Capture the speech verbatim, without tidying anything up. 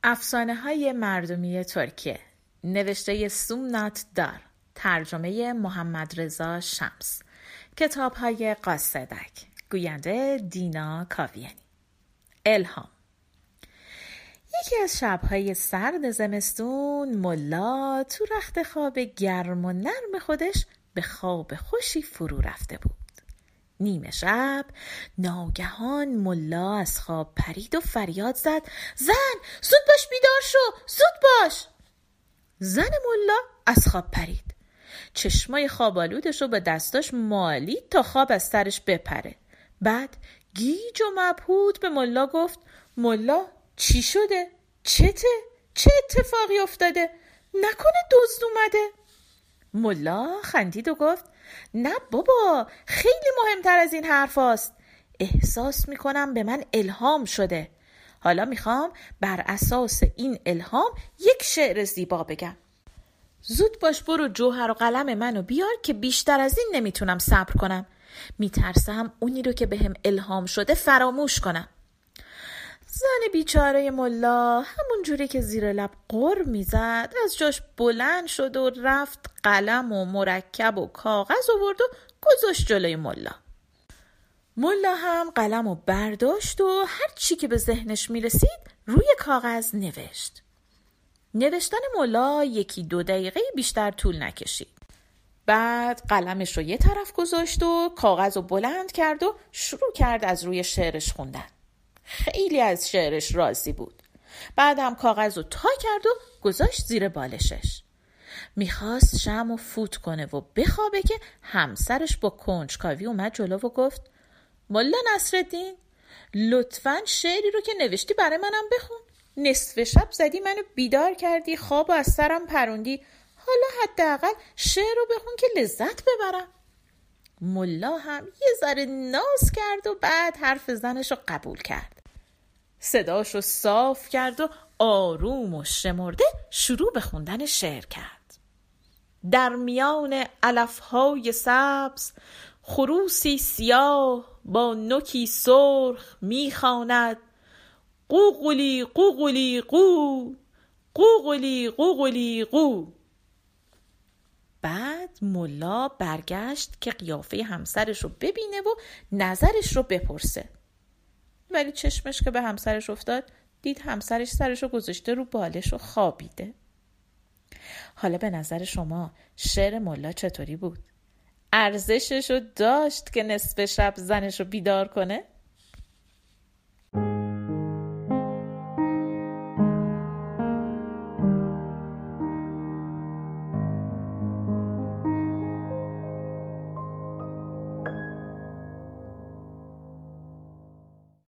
افسانه‌های مردمی ترکیه، نوشته سومنات دار، ترجمه محمد رضا شمس، کتاب‌های قاصدک، گوینده دینا کاویانی. الهام. یکی از شب‌های سرد زمستون، ملا تو رخت خواب گرم و نرم خودش به خواب خوشی فرو رفته بود. نیمه شب ناگهان ملا از خواب پرید و فریاد زد: زن، زود باش، بیدار شو، زود باش. زن ملا از خواب پرید، چشمای خوابالودش رو به دستاش مالید تا خواب از سرش بپره. بعد گیج و مبهوت به ملا گفت: ملا، چی شده؟ چته؟ چه اتفاقی افتاده؟ نکنه دزد اومده؟ ملا خندید و گفت: نه بابا، خیلی مهمتر از این حرف هاست. احساس میکنم به من الهام شده. حالا میخوام بر اساس این الهام یک شعر زیبا بگم. زود باش، برو جوهر و قلم منو بیار که بیشتر از این نمیتونم صبر کنم. میترسم اونی رو که بهم الهام شده فراموش کنم. زن بیچاره ملا همون جوری که زیر لب غر میزد از جاش بلند شد و رفت قلم و مرکب و کاغذ آورد و گذاشت جلوی ملا. ملا هم قلم و برداشت و هر چی که به ذهنش میرسید روی کاغذ نوشت. نوشتن ملا یکی دو دقیقه بیشتر طول نکشید. بعد قلمش رو یه طرف گذاشت و کاغذ رو بلند کرد و شروع کرد از روی شعرش خوندن. خیلی از شعرش راضی بود. بعد هم کاغذ رو تا کرد و گذاشت زیر بالشش. میخواست شمع رو فوت کنه و بخوابه که همسرش با کنجکاوی اومد جلو و گفت: ملا نصرالدین، لطفاً شعری رو که نوشتی برای منم بخون. نصف شب زدی منو بیدار کردی، خواب از سرم پروندی. حالا حداقل شعر رو بخون که لذت ببرم. ملا هم یه ذره ناز کرد و بعد حرف زنش رو قبول کرد. صداش رو صاف کرد و آروم و شمرده شروع به خوندن شعر کرد. در میان علفهای سبز خروسی سیاه با نوکی سرخ میخواند: قوقلی قوقلی قو، قوقلی قوقلی قو. بعد ملا برگشت که قیافه همسرش رو ببینه و نظرش رو بپرسه. ولی چشمش که به همسرش افتاد دید همسرش سرش رو گذاشته رو بالش و خوابیده. حالا به نظر شما شعر ملا چطوری بود؟ ارزشش رو داشت که نصف شب زنش رو بیدار کنه؟